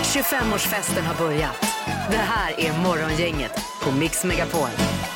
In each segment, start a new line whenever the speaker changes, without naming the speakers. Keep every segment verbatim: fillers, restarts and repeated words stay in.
tjugofemårsfesten har börjat. Det här är Morgongänget på Mix Megapol.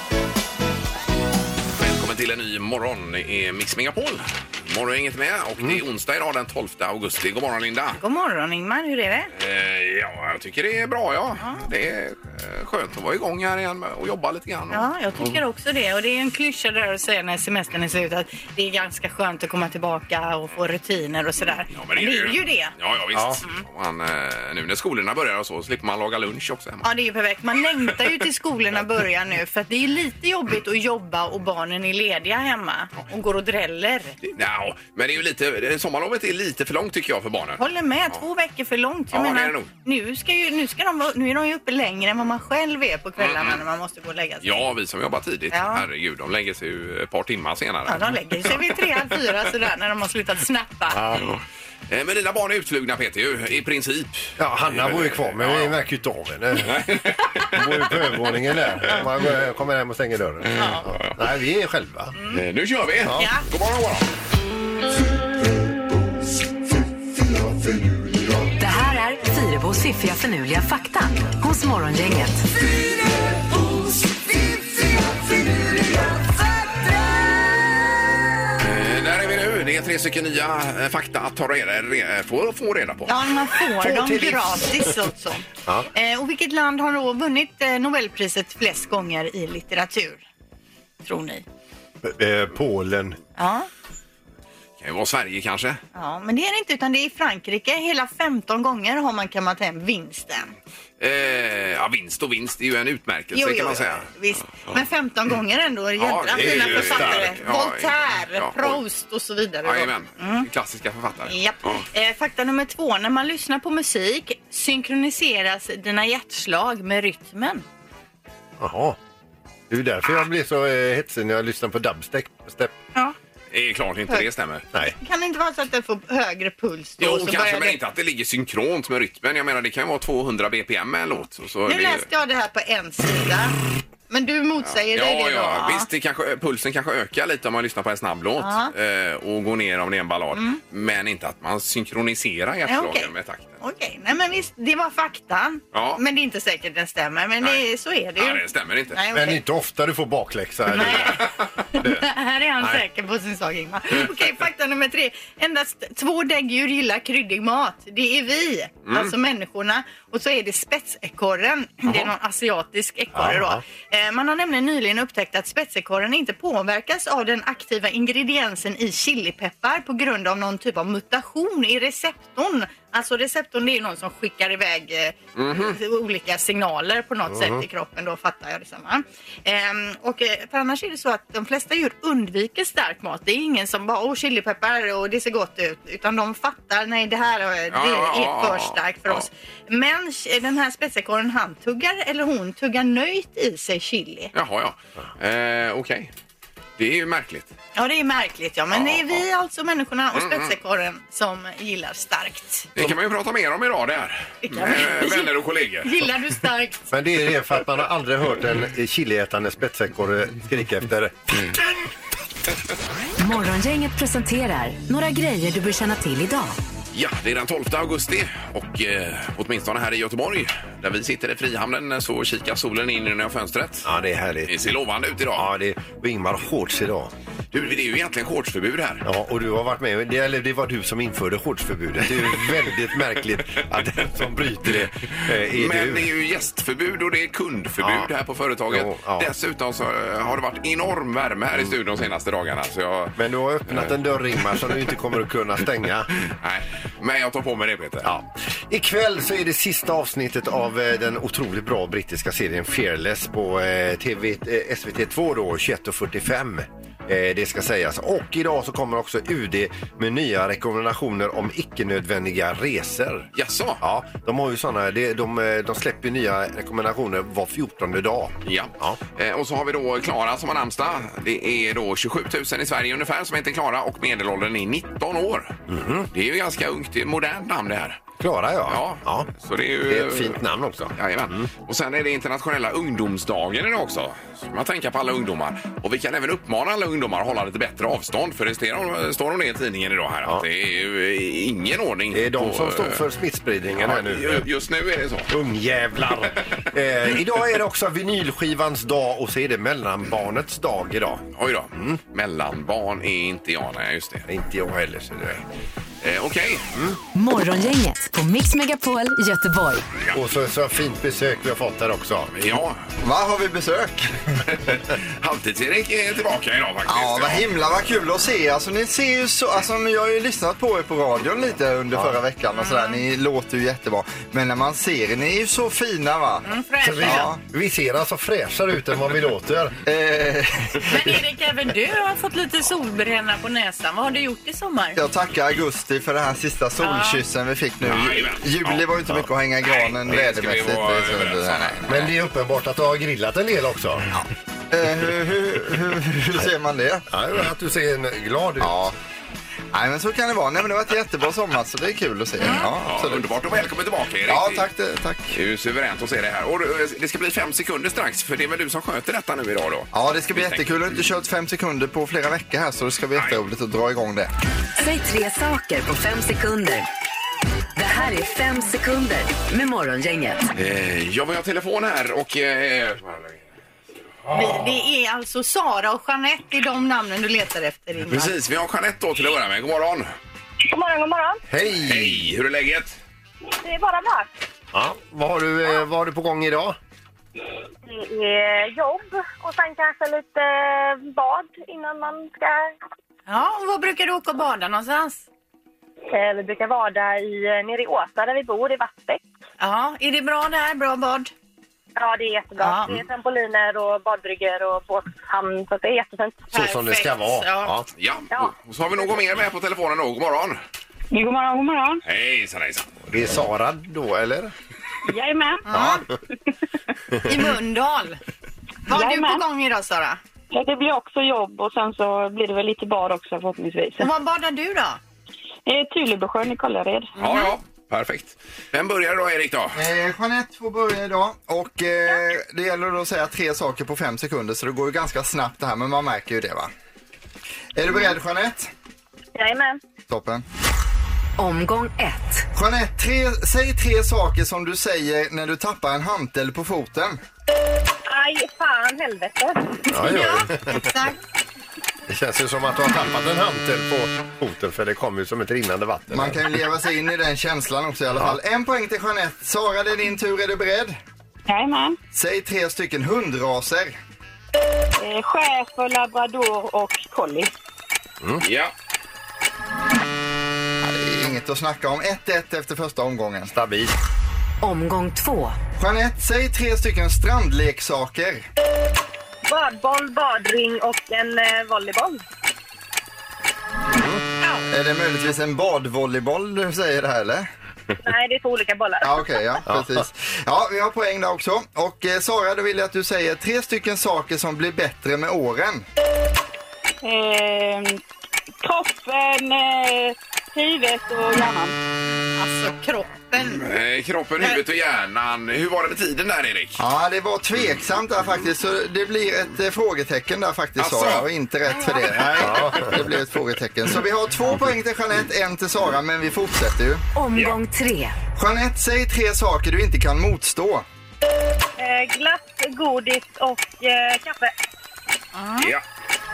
Välkommen till en ny morgon i Mix Megapol. Morgongänget med och det är onsdag idag den tolfte augusti. God morgon Linda.
God morgon Ingmar, hur är det?
Eh, ja, jag tycker det är bra ja. ja. Det är eh, skönt att vara igång här igen och jobba lite grann. Och...
Ja, jag tycker också det. Och det är en klyscha där att säga när semestern är slut att det är ganska skönt att komma tillbaka och få rutiner och sådär. Ja, men det är, men det är ju det.
Ja, ja visst. Ja. Man, eh, nu när skolorna börjar och så slipper man laga lunch också hemma.
Ja, det är ju perfekt. Man längtar ju till skolorna börjar nu för att det är lite jobbigt att jobba och barnen är lediga hemma och går och dräller.
Ja, men det är ju lite, sommarlovet är lite för långt tycker jag för barnen.
Håller med, ja. Två veckor för långt. Jag
ja,
menar,
det är det nog.
Nu, ska ju, nu, ska de, nu är de ju uppe längre än vad man själv är på kvällarna mm. när man måste gå och lägga sig.
Ja, vi som jobbar tidigt.
Ja.
Herregud, de lägger sig ju ett par timmar senare.
Ja, de lägger sig vid tre, halv fyra sådär när de har slutat snappa.
Ja. Men dina barn är utflugna Peter ju, i princip.
Ja, Hanna bor ju kvar, men vi märker ju inte av henne. Hon bor ju på övervåningen där. Man kommer hem och stänger dörren. Ja. Ja. Nej, vi är själva.
Mm. Nu kör vi. Ja. God morgon, god morgon.
Det här är Fyrebos fiffiga förnuliga fakta hos Morgongänget.
Fyrebos fiffiga förnuliga fakta. Eh, där är vi nu. Det är tre stycken nya eh, fakta att ta reda, re, få, få reda på.
Ja, man får, får dem gratis också. Ja. Eh, och vilket land har då vunnit eh, Nobelpriset flest gånger i litteratur? Tror ni?
Eh, Polen.
Ja.
Det kan ju vara Sverige kanske.
Ja, men det är det inte utan det är Frankrike. Hela femton gånger har man kammat hem vinsten.
Eh, ja, vinst och vinst är ju en utmärkelse
jo,
kan
jo,
man säga.
Visst. Men femton gånger ändå. Jädra
ja,
fina författare.
Ja,
Voltaire,
ja,
Proust och så vidare.
Jajamän, mm. klassiska författare.
Japp. Ja. Eh, fakta nummer två. När man lyssnar på musik synkroniseras dina hjärtslag med rytmen.
Jaha. Det är därför jag blir så eh, hetsig när jag lyssnar på dubstep. Step.
Ja.
Det är klart inte Hö- det stämmer.
Nej.
Kan det inte vara så att det får högre puls då?
Jo,
så
kanske, men
det...
inte att det ligger synkront med rytmen. Jag menar, det kan ju vara tvåhundra B P M med en låt. Och så
nu
det...
läste jag det här på en sida. Men du motsäger
ja,
dig
ja,
det då?
Ja, visst. Det kanske, pulsen kanske ökar lite om man lyssnar på en snabb låt eh, och går ner om det är en ballad. Mm. Men inte att man synkroniserar hjärtslagen okay. med takten.
Okej, okay. Nej men visst, det var fakta. Ja. Men det är inte säkert den stämmer. Men det, så är det ju.
Ja, det stämmer inte.
Nej, okay.
Men inte ofta du får bakläxa.
Nej. det. Här är han Nej. säker på sin sak, Ingmar. Okej, okay, fakta nummer tre. Endast två däggdjur gillar kryddig mat. Det är vi, mm. alltså människorna. Och så är det spetsekorren. Det är någon asiatisk ekorre då. Eh, man har nämligen nyligen upptäckt att spetsekorren inte påverkas av den aktiva ingrediensen i chilipeppar på grund av någon typ av mutation i receptorn. Alltså receptorn det är någon som skickar iväg eh, mm-hmm. olika signaler på något mm-hmm. sätt i kroppen då, fattar jag det samma. Ehm, och för annars är det så att de flesta djur undviker stark mat. Det är ingen som bara, åh chilipeppar och det ser gott ut. Utan de fattar, nej det här det är för starkt för oss. Men den här spetsekorren han tuggar, eller hon tuggar nöjt i sig chili.
Jaha, ja. Eh, Okej. Okay. Det är ju märkligt.
Ja, det är märkligt, ja. Men ja, det är vi, ja. alltså människorna och spetsekorren som gillar starkt.
Det kan man ju prata mer om idag där. Med vänner och kollegor.
Gillar du starkt?
Men det är det för att man har aldrig hört en chiliätande spetsekorre skrika efter. Mm.
Morgongänget presenterar några grejer du bör känna till idag.
Ja, det är den tolfte augusti och eh, åtminstone här i Göteborg där vi sitter i Frihamnen så kikar solen in genom fönstret.
Ja, det är härligt.
Det ser lovande ut idag.
Ja, det är Ingmar shorts idag.
Du, det är ju egentligen shortsförbud här.
Ja, och du har varit med. Det, eller det var du som införde shortsförbudet. Det är ju väldigt märkligt att den som bryter det eh, är
Men
du.
det är ju gästförbud och det är kundförbud ja. här på företaget. Jo, ja. Dessutom så har det varit enorm värme här i studion de senaste dagarna. Så jag,
Men du har öppnat äh, en dörr, Ingmar, som du inte kommer att kunna stänga.
Nej, men jag tar på mig det, Peter.
Ja. Ikväll så är det sista avsnittet av eh, den otroligt bra brittiska serien Fearless på eh, T V, eh, S V T två då, tjugoett och fyrtiofem. Eh, det ska sägas. Och idag så kommer också U D med nya rekommendationer om icke-nödvändiga resor.
Jaså?
Ja, de har ju sådana, de, de, de släpper nya rekommendationer var fjortonde dag.
Ja, ja. Eh, och så har vi då Klara som har namnsdag. Det är då tjugosju tusen i Sverige ungefär som heter Klara och medelåldern är nitton år. Mm-hmm. Det är ju ganska ungt, det är ett modernt namn det här.
Klara, ja.
Ja,
ja.
Så det är ju...
Det är ett fint namn också.
Jajamän. Mm. Och sen är det internationella ungdomsdagen idag också. Så man tänker på alla ungdomar. Och vi kan även uppmana alla ungdomar att hålla lite bättre avstånd. För det står, står om det i tidningen idag här. Ja. Att det är ju ingen ordning.
Det är de
på,
som står för smittspridningen
ja,
här nu.
Just nu är det så.
Ungjävlar. eh, idag är det också vinylskivans dag och så är det mellanbarnets dag idag.
Oj då. Mm. Mellanbarn är inte jag, nej just det.
Inte jag heller, så det är.
Eh, Okej. Okay. Mm.
Morgongänget på Mix Megapol Göteborg.
Ja. Och så, så fint besök vi har fått här också.
Ja.
Vad har vi besök?
Halvtids-Erik är tillbaka idag faktiskt.
Ja, vad himla vad kul att se. Alltså ni ser ju så, alltså jag har ju lyssnat på er på radion lite under ja. förra veckan och sådär. Ni låter ju jättebra. Men när man ser er, ni är ju så fina va?
Mm, fräscha.
Vi, ja. vi ser alltså fräschare ut än vad vi låter. Eh.
Men Erik, även du har fått lite solbränna på näsan. Vad har du gjort i sommar?
Jag tackar Augusti för den här sista solkyssen vi fick nu.
Ja,
Juli var ju inte mycket att hänga granen vädermässigt.
Men det är uppenbart att du har grillat en del också.
Ja. Uh, hur, hur, hur, hur ser man det?
Ja, att du ser en glad ut.
Ja. Nej, men så kan det vara. Nej, men det har varit jättebra sommar så det är kul att se. Ja,
ja, underbart och välkommen tillbaka Erik.
Ja, tack. Det, tack.
Det är ju suveränt att se det här. Och det ska bli fem sekunder strax för det är väl du som sköter detta nu idag då?
Ja, det ska bli jättekul. Jag har inte kört fem sekunder på flera veckor här så det ska bli jätteroligt att dra igång det.
Säg tre saker på fem sekunder. Det här är fem sekunder med Morgongänget.
Eh, jag vill ha telefon här och... Eh,
Vi, det är alltså Sara och Jeanette i de namnen du letar efter. Ingmar.
Precis, vi har Jeanette då till att börja med. God morgon.
God morgon, god morgon.
Hej!
Hej, hur är läget?
Det är bara bra.
Ja, vad har du, vad har du på gång idag?
Det är jobb och sen kanske lite bad innan man ska...
Ja, och var brukar du åka och bada någonstans?
Eh, vi brukar bada i, nere i Åsa där vi bor, i Vattbäck.
Ja, är det bra där? Bra bad?
Ja, det är jättebra.
Ja.
Det är trampoliner och badbryggor och båthamn, så det är jättefint.
Så som det ska vara.
Ja. Ja.
Ja.
Och så har vi någon mer med på telefonen då. God morgon.
God morgon, god morgon.
Hejsan, hejsan.
Det är Sara då, eller?
Jajamän.
Ja. I Mölndal. Vad har du på gång idag, Sara?
Ja, det blir också jobb och sen så blir det väl lite bad också förhoppningsvis.
Och vad badar du då?
Eh, Tulebosjön i Kållered.
Ja, ja. Perfekt. Vem börjar då, Erik, då?
Eh, Jeanette får börja idag och eh, det gäller då att säga tre saker på fem sekunder så det går ju ganska snabbt det här, men man märker ju det va? Är du beredd, Jeanette?
Jajamän.
Toppen.
Omgång ett.
Jeanette, tre, säg tre saker som du säger när du tappar en hantel på foten.
Aj, fan, helvete.
Ja, ja.
Exakt.
Det känns ju som att du har tappat en hantel på foten för det kommer ju som ett rinnande vatten.
Man kan ju leva sig in i den känslan också i alla fall. En poäng till Jeanette. Sara, det är din tur. Är du beredd?
Jajamän.
Säg tre stycken hundraser.
Eh, schäfer, labrador och collie.
Mm. Ja.
Ja, det är inget att snacka om. ett ett efter första omgången.
Stabil.
Omgång två.
Jeanette, säg tre stycken strandleksaker.
Badboll, badring och en eh, volleyboll.
Mm. Är det möjligtvis en badvolleyboll du säger det här, eller?
Nej, det är två olika bollar.
Ja, okej, okay, ja, precis. Ja, vi har poäng där också. Och eh, Sara, då vill jag att du säger tre stycken saker som blir bättre med åren.
Eh, kroppen, eh, huvudet och hjärnan.
Alltså kroppen.
Eh, kroppen, huvudet och hjärnan. Hur var det med tiden där, Erik?
Ja, det var tveksamt där faktiskt. Så det blir ett eh, frågetecken där faktiskt,
Asså?
Sara. Och inte rätt för det. Nej, ja, det blir ett frågetecken. Så vi har två poäng till Jeanette, en till Sara, men vi fortsätter ju.
Omgång tre.
Jeanette, säg tre saker du inte kan motstå.
Eh, glass, godis och eh, kaffe.
Mm.
Ja.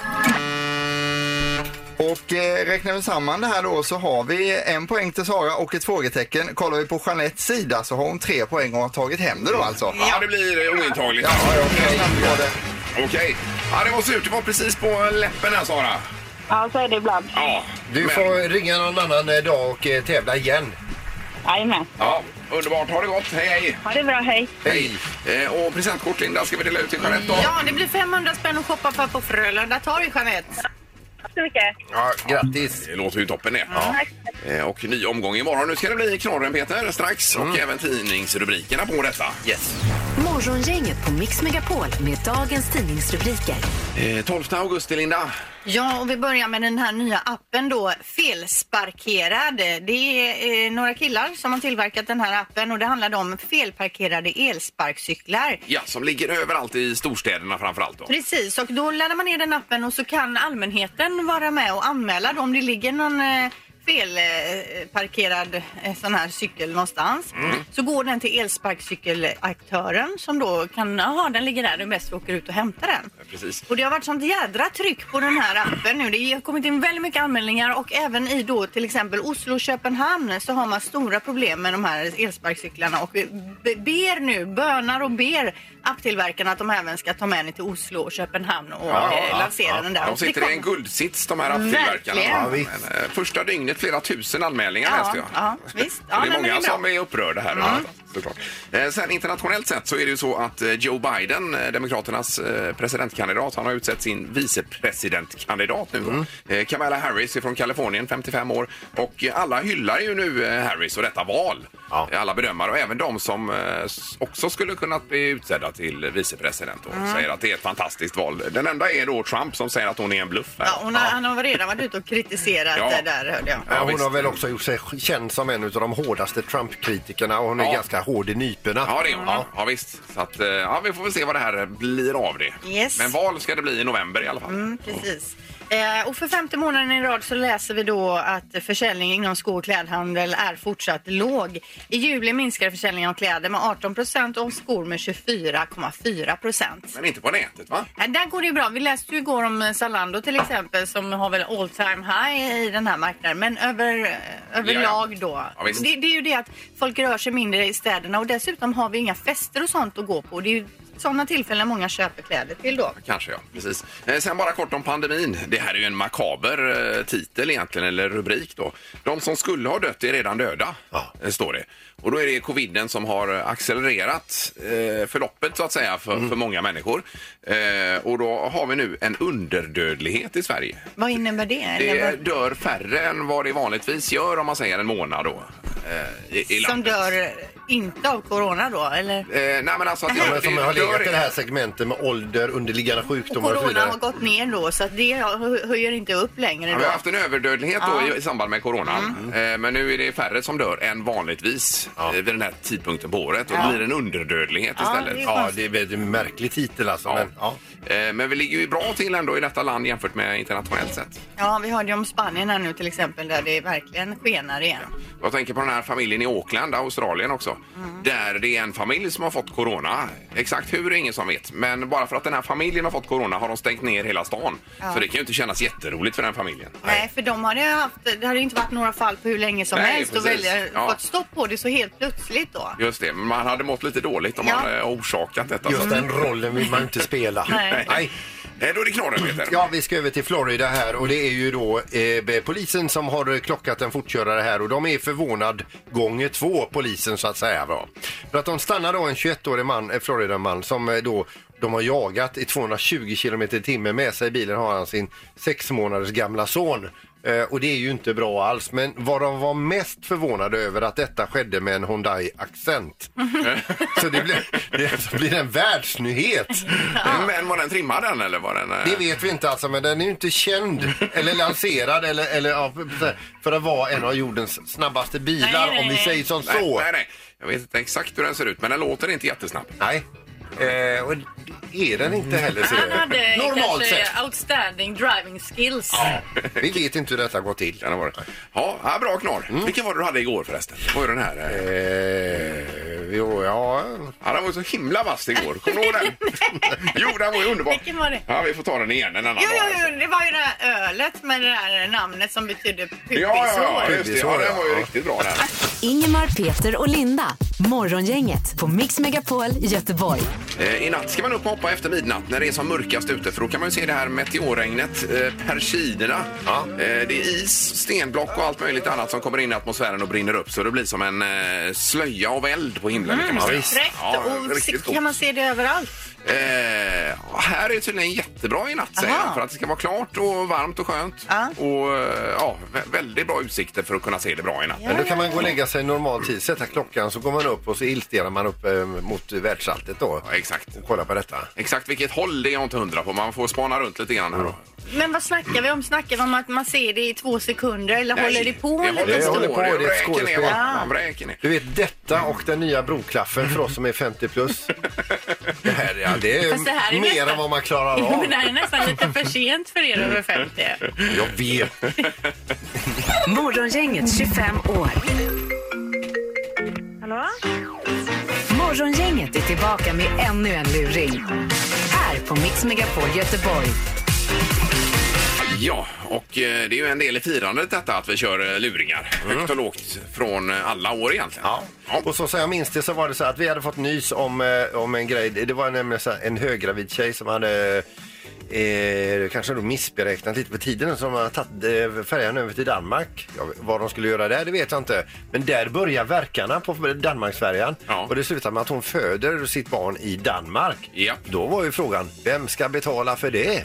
Och eh, räknar vi samman det här då så har vi en poäng till Sara och ett frågetecken. Kollar vi på Jeanettes sida så har hon tre poäng och har tagit hem det då alltså.
Ja, det blir ointagligt.
Ja, ja, okej.
Okej. Okay. Ja, det var surt. Det var precis på läppen här, Sara.
Ja, så är det ibland.
Ja.
Du
men...
får ringa någon annan dag och eh, tävla igen.
Jajamän.
Ja, underbart. Ha det gott. Hej, hej.
Ha det bra, hej.
Hej. Eh, och presentkort, Linda, ska vi dela ut till Jeanette då?
Ja, det blir femhundra spänn att shoppa för på Frölunda Torg, Jeanette.
Tack så mycket.
Ja, grattis.
Det låter ju toppen det.
Ja.
Eh, och ny omgång imorgon. Nu ska det bli knorren, Peter, strax. Och även tidningsrubrikerna på detta.
Yes.
Morgongänget på Mix Megapol med dagens tidningsrubriker.
Eh, tolfte augusti, Linda.
Ja, och vi börjar med den här nya appen då, Felsparkerad. Det är eh, några killar som har tillverkat den här appen och det handlar om felparkerade elsparkcyklar.
Ja, som ligger överallt i storstäderna framförallt då.
Precis, och då laddar man ner den appen och så kan allmänheten vara med och anmäla då om det ligger någon eh, felparkerad eh, sån här cykel någonstans. Mm. Så går den till elsparkcykelaktören som då kan ha den ligger där och bäst åker ut och hämtar den.
Ja, precis.
Och det har varit sånt jädra tryck på den här appen nu. Det har kommit in väldigt mycket anmälningar och även i då till exempel Oslo och Köpenhamn så har man stora problem med de här elsparkcyklarna och ber nu, bönar och ber apptillverkarna att de även ska ta med den till Oslo och Köpenhamn och
ja,
eh,
ja,
lansera
ja.
den där.
De sitter i en guldsits de här apptillverkarna.
Ja,
men, eh, första dygnet flera tusen anmälningar
ja,
läste jag.
Ja, visst. Ja,
det är
nej,
många
det är
som är upprörda här. Mm. Såklart. Eh, sen internationellt sett så är det ju så att eh, Joe Biden, eh, Demokraternas eh, presidentkandidat, han har utsett sin vicepresidentkandidat nu. Mm. Eh, Kamala Harris är från Kalifornien, femtiofem år. Och eh, alla hyllar ju nu eh, Harris och detta val. Ja. Alla bedömare och även de som eh, också skulle kunna bli utsedda till vicepresident och mm. säger att det är ett fantastiskt val. Den enda är då Trump som säger att hon är en bluff. Här.
Ja, hon har, ja. Han har redan varit ute och kritiserat ja. det där, hörde jag.
Ja, hon visst. har väl också gjort sig känd som en av de hårdaste Trump-kritikerna och hon är ja. ganska hård i nyperna.
Ja, det är hon. Ja. Ja, visst. Så att, ja, vi får väl se vad det här blir av det.
Yes.
Men val ska det bli i november i alla fall.
Mm, precis. Eh, och för femte månaden i rad så läser vi då att försäljningen inom sko- och klädhandel är fortsatt låg. I juli minskar försäljningen av kläder med arton procent och skor med tjugofyra komma fyra procent.
Men inte på nätet, va?
Ja, där går det ju bra. Vi läste ju igår om Zalando till exempel som har väl all time high i den här marknaden. Men över, överlag ja, ja. då. Ja, det, det är ju det att folk rör sig mindre i städerna och dessutom har vi inga fester och sånt att gå på. Det är ju sådana tillfällen många köper kläder till då.
Kanske, ja. Precis. Eh, sen bara kort om pandemin. Det här är ju en makaber eh, titel egentligen, eller rubrik då. De som skulle ha dött är redan döda, ja. eh, står det. Och då är det coviden som har accelererat eh, förloppet så att säga för, mm. för många människor. Eh, och då har vi nu en underdödlighet i Sverige.
Vad innebär det?
Det
eller?
dör färre än vad det vanligtvis gör om man säger en månad då. Eh, i, i
som dör inte av corona då, eller?
Eh, nej men alltså att
ja, men som har legat i det här segmentet med ålder, underliggande sjukdomar och
corona och corona har gått ner då så att det höjer inte upp längre.
Ja,
då.
vi har haft en överdödlighet ja. då i, i samband med coronan. Mm. Eh, men nu är det färre som dör än vanligtvis ja. eh, vid den här tidpunkten på året. Och ja. det blir en underdödlighet
ja,
istället.
Det ja, det är en märklig titel alltså.
Ja.
Men, ja.
eh, men vi ligger ju bra till ändå i detta land jämfört med internationellt sett.
Ja, vi hörde ju om Spanien här nu till exempel där det verkligen skenar igen. Ja.
Jag tänker på den här familjen i Auckland, Australien också. Mm. Där det är en familj som har fått corona. Exakt hur är ingen som vet. Men bara för att den här familjen har fått corona har de stängt ner hela stan. Ja. Så det kan ju inte kännas jätteroligt för den familjen.
Nej, för de hade haft, det hade inte varit några fall på hur länge som Nej, helst. Och välja, ja. fått stopp på det så helt plötsligt då.
Just det, men man hade mått lite dåligt om ja. man hade orsakat detta.
Just den rollen vill man inte spela.
Nej.
Nej. Eh, då är det knorren, Peter.
Ja, vi ska över till Florida här och det är ju då eh, polisen som har klockat en fortkörare här och de är förvånad gånger två, polisen så att säga. Va? För att de stannar då en tjugoett-årig man, en Florida-man som eh, då de har jagat i tvåhundratjugo kilometer i timmen. Med sig i bilen har han sin sex månaders gamla son. Eh, och det är ju inte bra alls. Men vad de var mest förvånade över att detta skedde med en Hyundai Accent. Så det blir, det blir en världsnyhet.
Ja. Men var den trimmad den eller var den? Eh...
Det vet vi inte alltså, men den är ju inte känd eller lanserad eller, eller ja, för att vara en av jordens snabbaste bilar, nej, nej, om vi säger som
nej,
så.
Nej, nej. Jag vet inte exakt hur den ser ut, men den låter inte jättesnabb.
Nej. Eh, och är den inte heller så
han hade
normalt sett
outstanding driving skills.
Ja, vi vet inte hur detta går till.
Kan det vara. Ja, ja, bra knorr. Mm. Vilken var det du hade igår förresten? Vad är den här?
Eh, jo, ja.
Ja, den var så himla vass igår. Kommer du ihåg den? Jo, den var ju underbar.
Vilken var det?
Ja, vi får ta den igen en annan
jo,
dag.
Jo, jo, det var ju det här ölet med det här namnet som betyder pubisår.
Ja, ja, ja, just det. Ja, den var ju ja. riktigt bra där.
Ingemar, Peter och Linda. Morgongänget på Mix Megapol Göteborg.
Eh, I natt ska man upp och hoppa efter midnatt när det är som mörkast ute. För då kan man ju se det här meteorregnet, eh, Persiderna. Ja. Eh, det är is, stenblock och allt möjligt annat som kommer in i atmosfären och brinner upp. Så det blir som en eh, slöja av eld på himlen.
Mm,
kan man säga.
Fräckt. Ja, och riktigt kan man se det överallt?
Eh, här är det tydligen jättebra i natt, säger jag, för att det ska vara klart och varmt och skönt.
Aha.
Och ja, väldigt bra utsikter för att kunna se det bra i natt.
Men då kan man gå och lägga sig normal tid, sätta klockan, så går man upp och så illsterar man upp eh, mot världsalltet då.
Ja, exakt.
Och kolla på detta.
Exakt vilket håll det är jag inte hundra på. Man får spana runt lite grann här då.
Men vad snackar vi om? Snackar vi om att man ser det i två sekunder eller
Nej,
håller det på
det
en
håller
liten
på,
håller
stund?
på,
det
det är ett
vräker ner,
skådespel.
va? Man vräker ner.
Du vet, detta och den nya broklaffen för oss som är femtio plus. Det här, ja, det är,
Fast det här är
mer
nästan-
än vad man klarar
Jo,
av.
men det här är nästan lite för sent för er över femtio.
Jag vet.
Morgongänget tjugofem år.
Hallå?
Morgongänget är tillbaka med ännu en luring. Här på Mix Megapol Göteborg.
Ja, och eh, det är ju en del i firandet detta att vi kör eh, luringar. Högt och lågt från eh, alla år egentligen.
Ja. Och så som jag minns det så var det så att vi hade fått nys om, eh, om en grej. Det var nämligen så här, en höggravid tjej som hade eh, kanske då missberäknat lite på tiden som har tagit eh, färjan över till Danmark. Ja, vad de skulle göra där, det vet jag inte. Men där börjar verkarna på Danmarksfärjan.
Ja.
Och det slutar med att hon föder sitt barn i Danmark.
Ja.
Då var ju frågan, vem ska betala för det?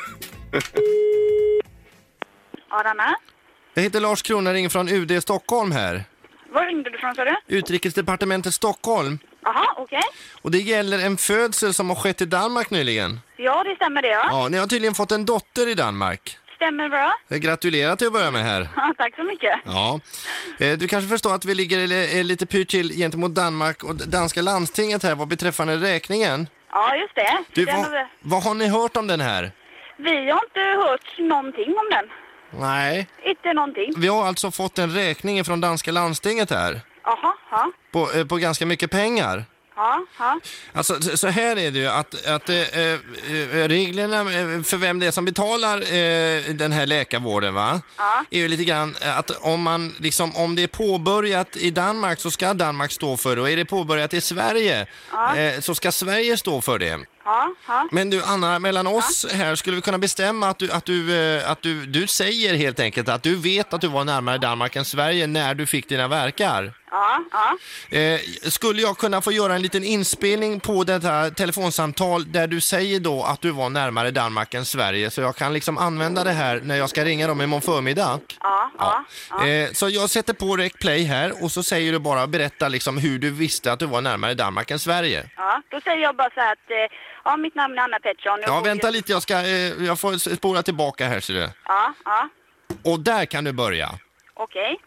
Ja, Danne.
Jag heter Lars Kronaring från U D Stockholm här.
Var ringde du från, sa du?
Utrikesdepartementet Stockholm.
Jaha, okej.
Och det gäller en födsel som har skett i Danmark nyligen.
Ja, det stämmer det, ja.
Ja, ni har tydligen fått en dotter i Danmark.
Stämmer bra.
Jag gratulerar till att börja med här.
Ja, tack så mycket.
Ja. Eh, Du kanske förstår att vi ligger eh, lite pyrt till gentemot Danmark och danska landstinget här vad beträffande räkningen.
Ja, just det.
Du,
Den har
vad,
vi...
vad har ni hört om den här?
vi har inte hört någonting om den.
Nej.
Inte någonting.
Vi har alltså fått en räkning från danska landstinget här
Jaha, ja.
på, eh, på ganska mycket pengar.
Ja, ja.
Alltså så- så här är det ju att, att eh, eh, reglerna eh, för vem det är som betalar eh, den här läkarvården va?
Ja.
Är ju lite grann att om man liksom om det är påbörjat i Danmark så ska Danmark stå för det och är det påbörjat i Sverige
Ja.
eh, så ska Sverige stå för det.
Ja, ja.
Men du Anna, mellan oss här skulle vi kunna bestämma att du, att du, eh, att du, du säger helt enkelt att du vet att du var närmare Danmark än Sverige när du fick dina verkar.
Ja, ja.
Eh, skulle jag kunna få göra en liten inspelning på detta telefonsamtal där du säger då att du var närmare Danmark än Sverige så jag kan liksom använda det här när jag ska ringa dem imorgon förmiddag?
Ja, ja. ja.
Eh, så jag sätter på rec play här och så säger du bara berätta liksom hur du visste att du var närmare Danmark än Sverige.
Ja, då säger jag bara så här att, eh, ja, mitt namn är Anna Pettersson. Jag
Ja,
bor
vänta
i-
lite, jag, ska, eh, jag får spola tillbaka här ser du.
Ja, ja.
Och där kan du börja.
Okej.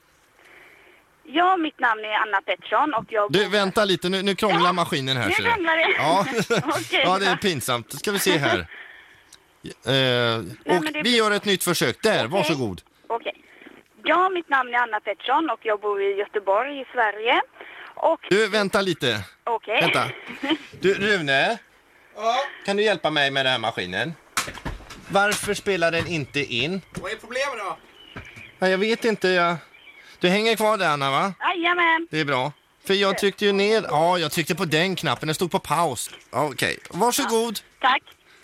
Ja, mitt namn är Anna Pettersson och jag
Du,
bor...
vänta lite, nu, nu krånglar
Ja,
maskinen här
nu
ser du.
krånglar det.
Ja.
Okej,
ja, det är
då.
pinsamt. Ska vi se här. Eh, och
men det-
vi gör ett nytt försök. Där, varsågod.
Okej. Ja, mitt namn är Anna Pettersson och jag bor i Göteborg i Sverige. Och...
Du, vänta lite.
Okej.
Vänta. Du, Rune? Kan du hjälpa mig med den här maskinen? Varför spelar den inte in?
Vad är problemet då?
Ja, jag vet inte. Jag... Du hänger kvar där, Anna, va?
Jajamän.
Det är bra. För jag tryckte ju ner... Ja, jag tryckte på den knappen. Den stod på paus. Ja, okej. Varsågod.
Tack.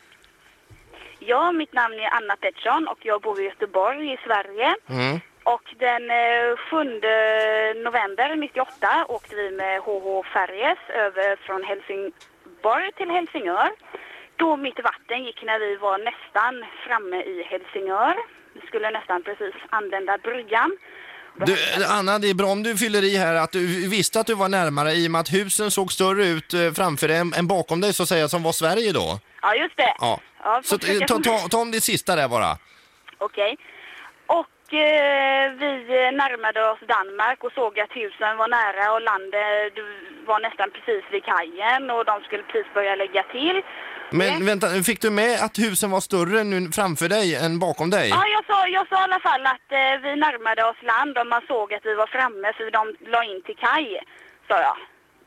Ja, mitt namn är Anna Pettersson och jag bor i Göteborg i Sverige.
Mm.
Och den eh, sjunde november nittioåtta åkte vi med H H Färjes över från Helsingborg till Helsingör. Då mitt vatten gick när vi var nästan framme i Helsingör. Vi skulle nästan precis använda bryggan.
Du, Anna, det är bra om du fyller i här att du visste att du var närmare i och med att husen såg större ut eh, framför dig än, än bakom dig så att säga, som var Sverige då.
Ja, just det.
Ja.
Ja,
Så
får försöka-
ta, ta, ta om det sista där bara.
Okej. Och eh, vi närmade oss Danmark och såg att husen var nära och landet var nästan precis vid kajen och de skulle precis börja lägga till.
Men vänta, fick du med att husen var större nu framför dig än bakom dig?
Ja, jag sa, jag sa i alla fall att eh, vi närmade oss land och man såg att vi var framme för de la in till kaj, sa jag.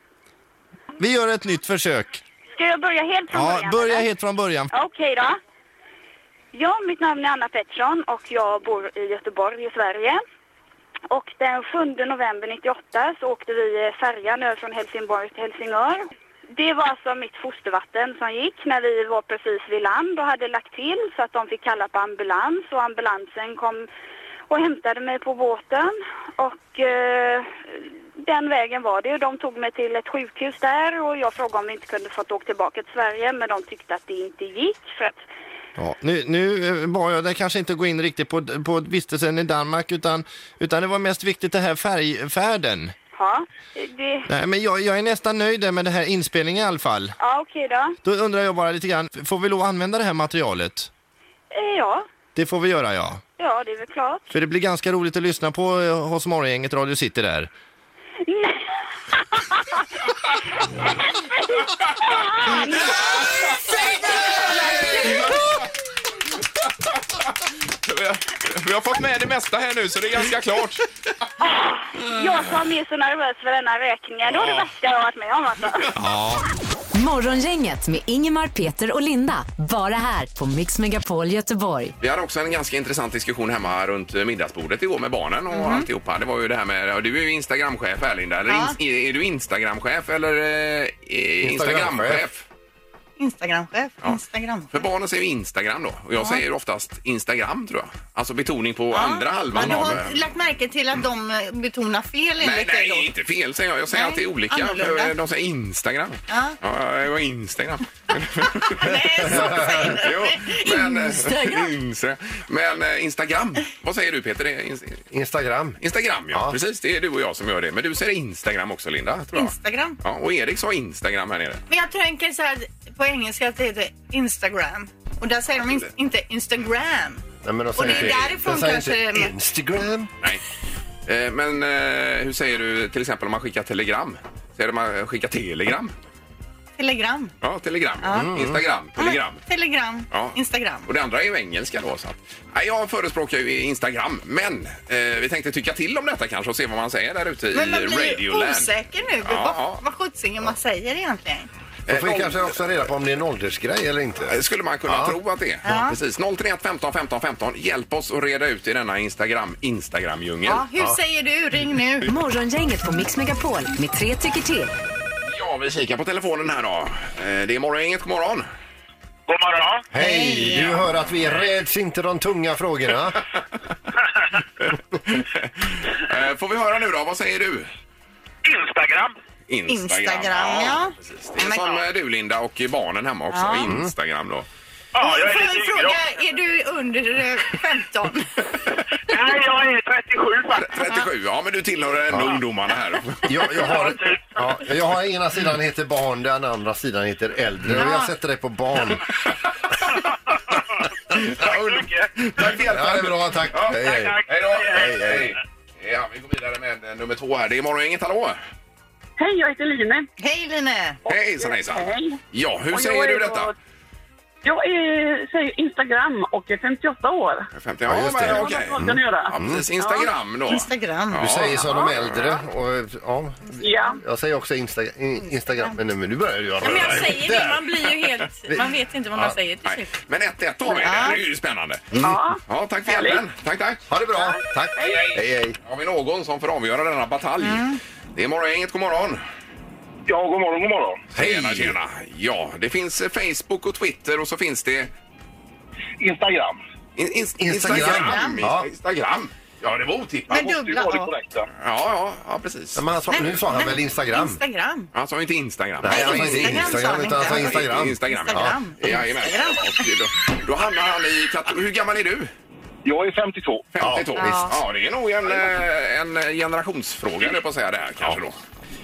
Vi gör ett nytt försök.
Ska jag börja helt från
Ja,
början?
börja
eller?
helt från början.
Okej då. Ja, mitt namn är Anna Pettersson och jag bor i Göteborg i Sverige. Och den sjunde november nittioåtta så åkte vi färjan över från Helsingborg till Helsingör. Det var alltså mitt fostervatten som gick när vi var precis vid land och hade lagt till så att de fick kalla på ambulans. Och ambulansen kom och hämtade mig på båten. Och eh, den vägen var det. De tog mig till ett sjukhus där och jag frågade om vi inte kunde få åka tillbaka till Sverige. Men de tyckte att det inte gick för att...
Ja, nu, nu eh, var jag där kanske inte gå in riktigt på, på vistelsen i Danmark utan, utan det var mest viktigt det här färgfärden.
Jaha, det...
Nej, men jag, jag är nästan nöjd där med det här inspelningen i alla fall.
Ja, okej då.
Då undrar jag bara lite grann, får vi lov att använda det här materialet?
Eh, ja.
Det får vi göra, ja.
Ja, det är väl klart.
För det blir ganska roligt att lyssna på eh, hos Morgongänget Radio City där.
Vi har fått med det mesta här nu så det är ganska klart.
Jag som är så nervös för denna räkningen. Det var det värsta jag har varit med om alltså.
Ja.
Morgongänget med Ingemar, Peter och Linda. Bara här på Mix Megapol Göteborg.
Vi hade också en ganska intressant diskussion hemma runt middagsbordet igår med barnen och mm. alltihopa. Det var ju det här med, du är ju Instagramchef här Linda. Eller
Ja.
in, är, är du Instagramchef eller eh, Instagramchef?
Instagramchef,
Ja.
Instagram.
För barnen säger ju Instagram då. Och jag
Ja.
säger oftast Instagram tror jag. Alltså betoning på
Ja,
andra halvan
men du
av...
har lagt märke till att de eh, betonar fel
Nej,
enligt dig då?
nej, inte fel säger jag. Jag säger
Nej,
alltid olika.
annorlunda.
För de säger Instagram.
Ja.
Ja, det var Instagram.
Nej, så säger du.
Jo, men, eh,
Instagram.
Insta, men eh, Instagram. Vad säger du Peter? Det är Inst-
Instagram.
Instagram, ja.
Ja.
Precis. Det är du och jag som gör det. Men du säger Instagram också, Linda. Tror jag.
Instagram.
Ja, och Erik sa Instagram här nere.
Men jag tänker så här på engelska att det heter Instagram. Och där säger de in, inte Instagram.
Nej, men de
Och
säger
det är
inte-
därifrån
de säger
kanske...
inte Instagram.
Nej. Eh, men eh, hur säger du till exempel om man skickar telegram? Säger man skicka telegram?
Telegram.
Ja, telegram. Mm. Instagram, telegram.
Ja, telegram.
Ja.
Instagram.
Och det andra är ju engelska då. Så att, nej, jag förespråkar ju Instagram. Men eh, vi tänkte tycka till om detta kanske och se vad man säger där ute i
Men man blir
Radioland.
osäker nu.
Ja,
vad
ja.
vad sjuttsingen man säger egentligen.
Då får vi
Eh,
kanske också reda på om det är en åldersgrej eller inte.
Det skulle man kunna
Ja.
tro att det är.
Ja.
Precis. noll tre ett femton femton femton. Hjälp oss att reda ut i denna Instagram Instagram-djungel.
Ja, hur säger du? Ring nu.
Morgongänget på Mix Megapol med tre tycker till.
Ja, vi kikar på telefonen här då. Eh, Det är Morgongänget, god morgon.
God morgon.
Hej, du hör att vi räds inte de tunga frågorna.
Eh, Får vi höra nu då, vad säger du?
Instagram.
Instagram, ja.
Precis. Det är
Men-
som eh, du Linda och barnen hemma också.
Ja.
Instagram då.
Ja, jag är
Får
lite
jag
yngre
fråga,
också.
är du under eh, femton?
Nej, jag är trettiosju faktiskt.
trettiosju, ja men du tillhör ändå ungdomarna här.
Jag, jag, har, ja, jag har ena sidan heter barn, den andra sidan heter äldre. Och jag sätter dig på barn.
Tack så mycket. Tack för hjälpen.
Ja, det är bra, tack.
Ja,
Hej,
Tack,
hej.
tack.
Hej då.
Hej, hej.
Ja, vi går vidare med eh, nummer två här. Det är Morgongänget, hallå.
Hej, jag heter Line.
Hej Line!
Hej, hejsan, hejsan.
Hej.
Ja, hur
Och
säger
jag
du
är
detta?
då- Jag är, säger Instagram och är femtioåtta år.
femtio,
Ja,
ja,
just
men
det.
okej.
Vad kan du göra?
Ja, precis. Instagram då.
Instagram.
Du säger som de äldre. Och, ja,
Ja.
jag säger också Insta, in- Instagram. Men, nu- men nu börjar du göra
Ja, men jag säger det, man blir ju helt... Man vet inte vad man
Ja.
säger till
Nej,
slut.
men ett ett har vi. Det här är ju spännande.
Ja.
Ja, tack för hjälpen. Tack, tack.
Ha det bra. Tack.
Hej, hej.
Hej, hej.
Har vi någon som får avgöra denna batalj? Det är Morgongänget, god morgon.
Ja, god morgon, god morgon.
Tjena, tjena. Ja, det finns eh, Facebook och Twitter och så finns det...
Instagram.
In, in,
Instagram.
Instagram.
Ja.
Instagram. Ja, det var otippat.
Men
Måste ju
dubbla
vara det
A.
korrekta.
Ja, ja, ja, precis.
Ja, men han sa, nu sa han väl Instagram?
Instagram.
Han sa inte Instagram.
Nej, han sa inte
Instagram sa
Instagram
han
utan han sa
inte.
Instagram.
Instagram,
Instagram.
ja. Jajamän.
Instagram.
Och då, då hamnar han i kategorin. Hur gammal är du?
Jag är femtiotvå.
femtiotvå.
Ja,
Ja,
visst.
ja det är nog en, eh, en generationsfråga, eller på att säga det här kanske då.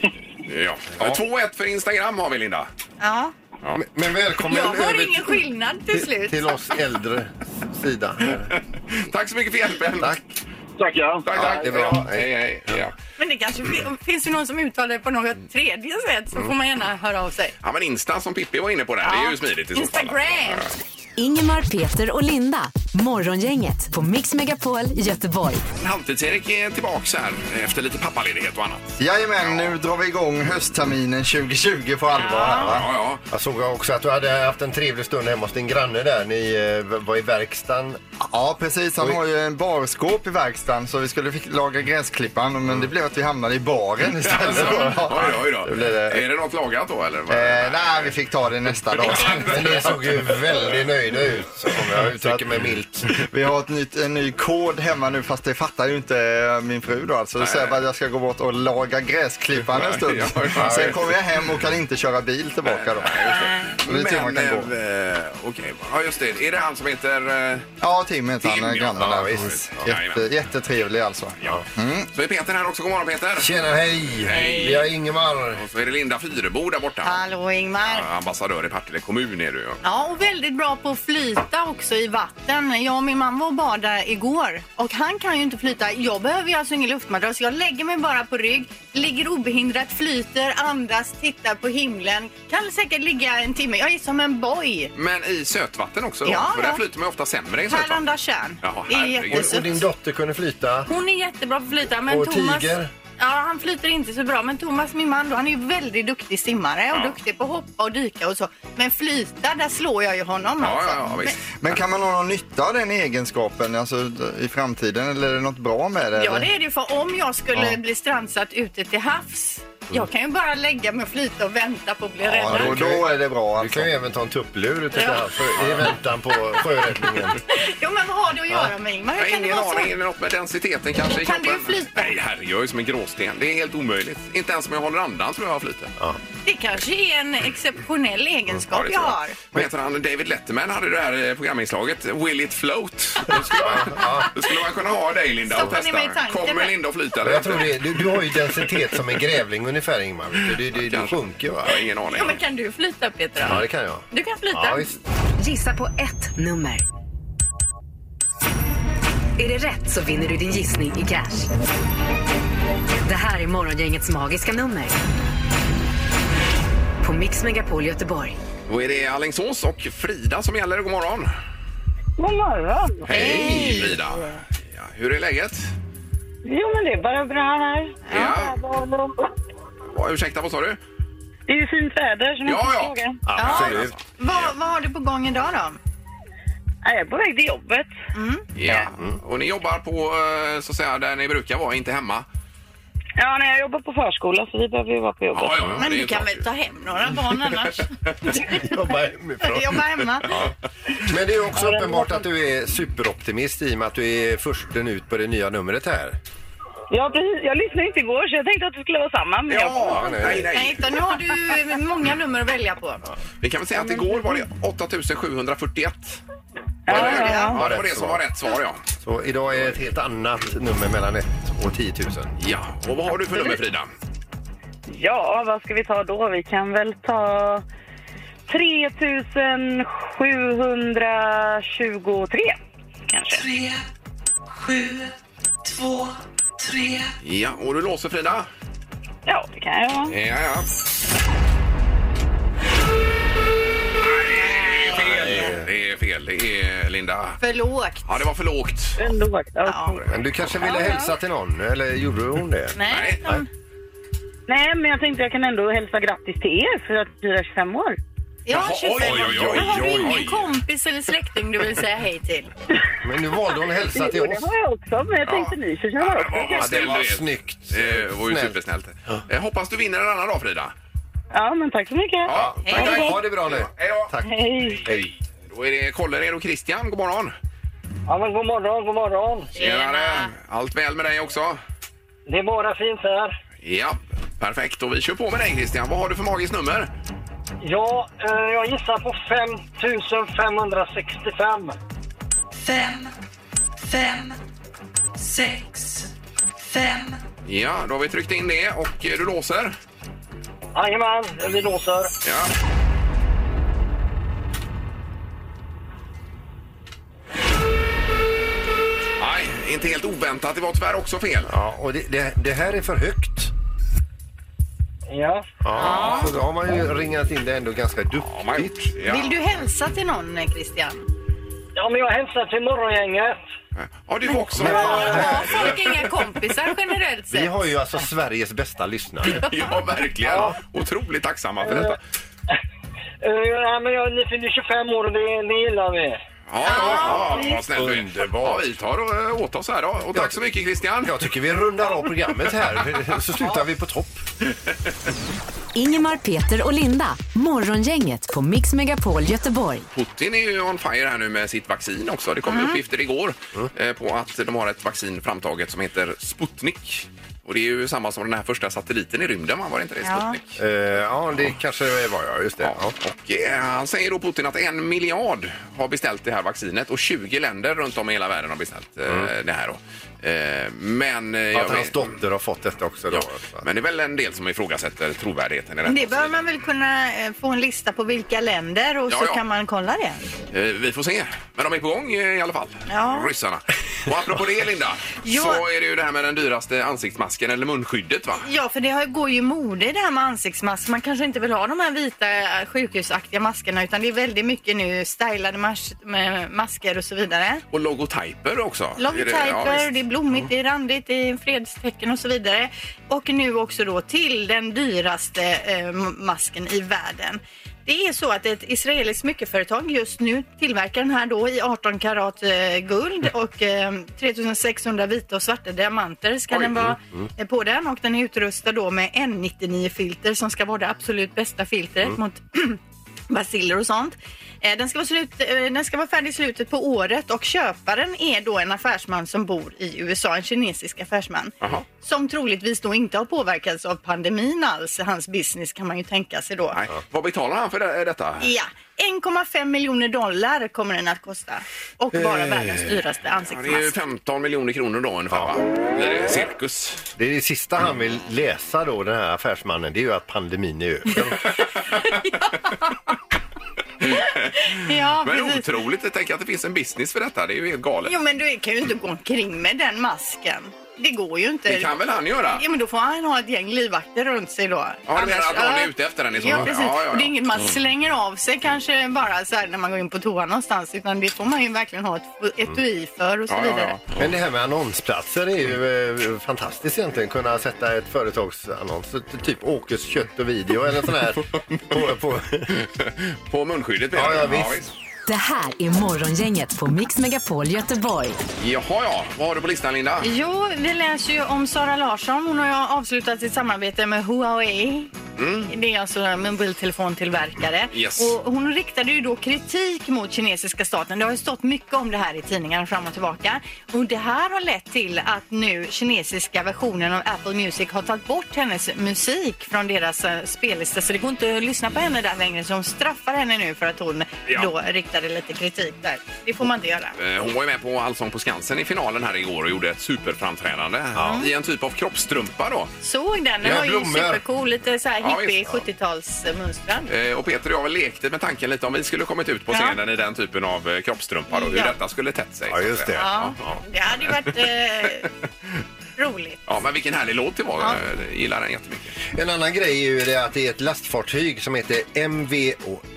Ja. två ett för Instagram har vi, Linda.
Ja.
Men, men välkommen
Jag har
över
ingen skillnad till
till,
slut.
till oss äldre sida.
Tack så mycket för hjälpen.
Tack.
Tackar.
Tack, tack.
det är bra.
Hej, hej. Ja.
Men det kanske fin- finns det någon som uttalar det på något tredje sätt så får man gärna höra av sig.
Ja, men Insta som Pippi var inne på där, det är ju smidigt i så fall.
Instagram.
Ingemar, Peter och Linda. Morgongänget på Mix Megapol Göteborg.
Halvtids-Erik är tillbaka här efter lite pappaledighet och annat.
Jajamän, nu drar vi igång höstterminen tjugo tjugo på allvar här va?
Ja, ja.
Jag såg också att du hade haft en trevlig stund hemma hos din granne där. Ni eh, var i verkstaden.
Ja, precis. Han har ju en barskåp i verkstaden så vi skulle fick laga gräsklippan men det blev att vi hamnade i baren istället.
Alltså, oj, oj då.
Det blir det.
Är det något lagat då, eller?
Eh, nej, vi fick ta det nästa dag.
Men ni såg ju väldigt nöjda ut, om jag uttrycker mig milt.
fullt.
Vi har ett nytt, en ny kod hemma nu, fast det fattar ju inte min fru då. Alltså, så säger bara att jag ska gå bort och laga gräsklippan en stund.
Ja, ja.
Sen kommer jag hem och kan inte köra bil tillbaka då. Så det är tur man
Men,
kan gå.
eh, okej. Ja, just det. Är det han som heter... Eh,
Ja, Tim heter
Tim,
han,
ja.
grannen
Ja,
där.
visst.
Visst.
Ja,
Jätte, jättetrevlig alltså.
ja. Så är Peter här också. God morgon, Peter.
Tjena, hej!
Hej.
Vi har Ingemar.
Och så är det Linda Fyrebo där borta.
Hallå Ingmar.
Ja, ambassadör i Partille kommun är du. Ja.
Ja, och väldigt bra på att flyta också i vatten. Jag och min man var och badade igår och han kan ju inte flyta. Jag behöver ju alltså ingen luftmadrass. Jag lägger mig bara på rygg, ligger obehindrat, flyter, andas, tittar på himlen. Kan säkert ligga en timme. Jag är som en boy.
Men i sötvatten också då?
Ja,
För där
ja.
flyter man ofta sämre i
Här
sötvatten.
andas kärn.
Jaha,
Det är
herregud.
Och
jättesött.
din dotter kunde flyta.
Hon är jättebra på att flyta. Men
Och
Thomas,
tiger?
Ja, han flyter inte så bra. Men Thomas, min man, då, han är ju väldigt duktig simmare och
Ja.
duktig på att hoppa och dyka och så. Men flyta, där slår jag ju honom.
Ja,
alltså.
ja, ja, visst.
Men kan man ha någon nytta av den egenskapen alltså, i framtiden, eller är det något bra med det?
Ja,
eller?
det är det ju, för om jag skulle
Ja.
bli strandsatt ute till havs, jag kan ju bara lägga mig och flyta och vänta på att bli
Ja,
räddad.
då, då är det bra
Du
alltså.
kan ju även ta en tupplur ute
Ja.
där för, i väntan på sjöräddningen.
Jo, men vad har det att göra med Ingmar?
Jag
Hur
har
kan det
ingen
vara så?
aning. Är det något med densiteten kanske i
Kan
kroppen?
du flyta?
Nej, herre, jag är ju som en gråsten. Det är helt omöjligt. Inte ens om jag håller andan tror jag jag flyter.
Det kanske är en exceptionell egenskap
det
jag
tror
har.
Vad heter han? David Letterman hade det här eh, programinslaget. Will it float? Då skulle man, då skulle man kunna ha dig, Linda, och
Stoppa ner
testa.
mig i tanken.
Kommer Linda att flyta? Eller
Jag tror det, du, du har ju densitet som en grävling ungefär, Ingmar. Du, du, du, du
Kanske.
sjunker va?
Jag har ingen aning.
Ja, men kan du flyta, Peter?
Ja, det kan jag.
Du kan flyta.
Ja, visst.
Gissa på ett nummer. Är det rätt så vinner du din gissning i cash. Det här är Morgongängets magiska nummer. På Mix Megapol Göteborg.
Då är det Alingsås och Frida som gäller. God morgon.
God morgon.
Hej, Frida. Ja, hur är läget?
Jo, men det är bara bra här.
Ja. Ja, ursäkta, vad sa du?
Det är ju fint väder, så man
Ja,
får
ja.
fråga.
Absolut.
Vad, vad har du på gång idag då?
Jag är på väg till jobbet.
Ja. Och ni jobbar på, eh, så att säga, där ni brukar vara, inte hemma?
Ja, nej, jag jobbar på förskola, så vi behöver ju vara på jobbet.
Ja, ja, ja,
Men
det är
du
ju
kan
klart.
väl ta hem några barn annars?
Jobba hemifrån.
Jobba hemma.
Men det är också uppenbart att du är superoptimist i och med att du är försten ut på det nya numret här.
Ja, precis. Jag lyssnade inte igår, så jag tänkte att det skulle vara samma. Men jag...
Ja, nej, nej.
Nej, utan nu har du många nummer att välja på.
Vi kan väl säga att igår var det åtta tusen sjuhundrafyrtioett.
Ja,
Var det?
ja, ja.
Ja, det var det som var rätt svar, ja.
Så idag är ett helt annat nummer mellan ett och tio tusen.
Ja, och vad har du för nummer, Frida?
Ja, vad ska vi ta då? Vi kan väl ta tre tusen sjuhundratjugotre, kanske.
Tre, sju, två, tre.
Ja, och du låser, Frida?
Ja, det kan jag.
Ja, ja. Det är fel, det är Linda.
För lågt.
Ja, det var för lågt.
Ändå.
Ja.
Men du kanske ville hälsa till någon, eller gjorde hon det?
Nej,
Nej.
de...
Nej, men jag tänkte jag kan ändå hälsa grattis till er för att du är tjugofem år.
Jag har
Jaha,
tjugofem.
oj, oj, oj,
Men har du
oj,
ingen
oj.
kompis eller släkting du vill säga hej till?
Men nu valde hon att hälsa till
Jo, det
oss.
har jag också, men jag tänkte ni förtjänar
Ja,
också.
det var-
Ja, det
snäll
var
du är.
snyggt.
Det var ju
Snällt.
supersnällt. Jag hoppas du vinner en annan dag, Frida.
Ja, men tack så mycket.
Ja, tack,
Hej.
tack.
Ha det bra nu.
Hej då.
Tack.
Hej.
Hej. Då är det Kållered och Christian. God morgon.
Ja, men god morgon, god morgon.
Tjenare. Allt väl med dig också?
Det är bara fint här.
Ja, perfekt. Och vi kör på med dig, Christian. Vad har du för magiskt nummer?
Ja, eh, jag gissar på fem tusen femhundrasextiofem.
Fem, fem, sex, fem.
Ja, då har vi tryckt in det och du låser.
Jajamän, vi låser.
Ja. Nej, inte helt oväntat. Det var tyvärr också fel.
Ja, och det, det, det här är för högt.
Ja.
Ja, så då har man ju ringat in det ändå ganska
Ja, man har
duktigt.
gjort. Ja.
Vill du hälsa till någon, Christian?
Ja, men jag hälsar till morgongänget.
Ja, du också.
Har folk inga kompisar generellt
Vi
sett?
har ju alltså Sveriges bästa lyssnare.
Ja, verkligen. Otroligt tacksamma för detta.
Uh, ja, men jag, ni fyller tjugofem år och det, det gillar vi.
Ja, ja, ja, vad snäll du är.
Underbart.
Ja, vi tar och, åt oss här då. Och tack så mycket, Christian.
Jag tycker vi rundar av programmet här, så slutar vi på topp.
Ingemar, Peter och Linda. Morgongänget på Mix Megapol Göteborg.
Putin är ju on fire här nu med sitt vaccin också. Det kom mm. uppgifter igår eh, på att de har ett vaccin framtaget som heter Sputnik. Och det är ju samma som den här första satelliten i rymden, var det inte det?
Ja.
Sputnik?
Uh, ja, det kanske var jag, just det.
Ja.
Ja.
Och eh, han säger då Putin att en miljard har beställt det här vaccinet och tjugo länder runt om i hela världen har beställt eh, mm. det här då. Eh, men... Eh,
att hans dotter har fått detta också då.
Ja. Men det är väl en del som ifrågasätter trovärdigheten i det.
Det bör man väl kunna eh, få en lista på vilka länder och
ja,
så
ja.
kan man kolla det.
Eh, vi får se. Men de är på gång eh, i alla fall.
Ja.
Ryssarna. Och apropå det, Linda,
Jo.
så är det ju det här med den dyraste ansiktsmasken eller munskyddet, va?
Ja, för det har- går ju mode i det här med ansiktsmask. Man kanske inte vill ha de här vita eh, sjukhusaktiga maskerna utan det är väldigt mycket nu stylade mas- med masker och så vidare.
Och logotyper också. Är det- ja,
Logotyper,
visst.
det är blommigt, det är randigt, det är fredstecken och så vidare. Och nu också då till den dyraste eh, masken i världen. Det är så att ett israeliskt smyckeföretag just nu tillverkar den här då i arton karat eh, guld och eh, tre tusen sexhundra vita och svarta diamanter ska
Oj.
den vara eh, på den. Och den är utrustad då med N nittionio-filter som ska vara det absolut bästa filtret
Mm.
mot baciller och sånt. Eh, Den ska, vara slut, eh, den ska vara färdig i slutet på året och köparen är då en affärsman som bor i U S A, en kinesisk affärsman.
Jaha.
Som troligtvis då inte har påverkats av pandemin alls. Hans business kan man ju tänka sig då.
Nej. Vad betalar han för det, detta?
Ja, en komma fem miljoner dollar kommer den att kosta. Och vara
Eh.
världens dyraste
Ja, det är ju
ansiktsmask.
femton miljoner kronor då ungefär, va? Det är cirkus.
Det är det sista han vill läsa då, den här affärsmannen, det är ju att pandemin är över.
Ja,
Men
precis.
otroligt, jag tänker att det finns en business för detta. Det är ju helt galet.
Jo, men du kan ju inte gå omkring med den masken. Det går ju inte.
Det kan väl han göra?
Ja, men då får han ha ett gäng livvakter runt sig då.
Ja, du menar att någon
ja.
är ute efter den i så
Ja,
fall?
precis.
Ja, ja, ja.
Och det är inget man slänger av sig kanske bara så här när man går in på toa någonstans. Utan det får man ju verkligen ha ett etui för och så
Ja, ja,
vidare.
ja.
Men det här med annonsplatser är ju eh, fantastiskt egentligen. Kunna sätta ett företagsannons, typ Åkes kött och video eller sån här på, på...
På munskyddet.
Ja,
menar du?
ja, visst.
Det här är Morgongänget på Mix Megapol Göteborg.
Jaha, ja. Vad har du på listan, Linda?
Jo, vi läser ju om Sara Larsson. Hon har ju avslutat sitt samarbete med Huawei. Mm. Det är alltså en mobiltelefontillverkare.
Yes.
Och hon riktade ju då kritik mot kinesiska staten. Det har ju stått mycket om det här i tidningarna fram och tillbaka. Och det här har lett till att nu kinesiska versionen av Apple Music har tagit bort hennes musik från deras uh, spellista. Så det går inte att lyssna på henne där längre. Så de straffar henne nu för att hon
Ja.
då riktade lite kritik där. Det får man inte göra.
Eh, Hon var ju med på Allsång på Skansen i finalen här igår och gjorde ett superframträdande i en typ av kroppstrumpa då.
Såg den, den
Ja,
var ju
blommor.
supercool, lite så här
Ja,
hippie
visst.
sjuttiotalsmönstrad.
Eh, Och Peter och jag har väl lekte med tanken lite om vi skulle kommit ut på
Ja.
scenen i den typen av eh, kroppstrumpa då, hur
Ja.
detta skulle tätt sig.
Ja,
så att
just
säga.
det.
Ja,
Ja,
det hade ju varit eh, roligt.
ja, men vilken härlig låt det var.
Ja.
Jag gillar den jättemycket.
En annan grej är ju det att det är ett lastfartyg som heter M V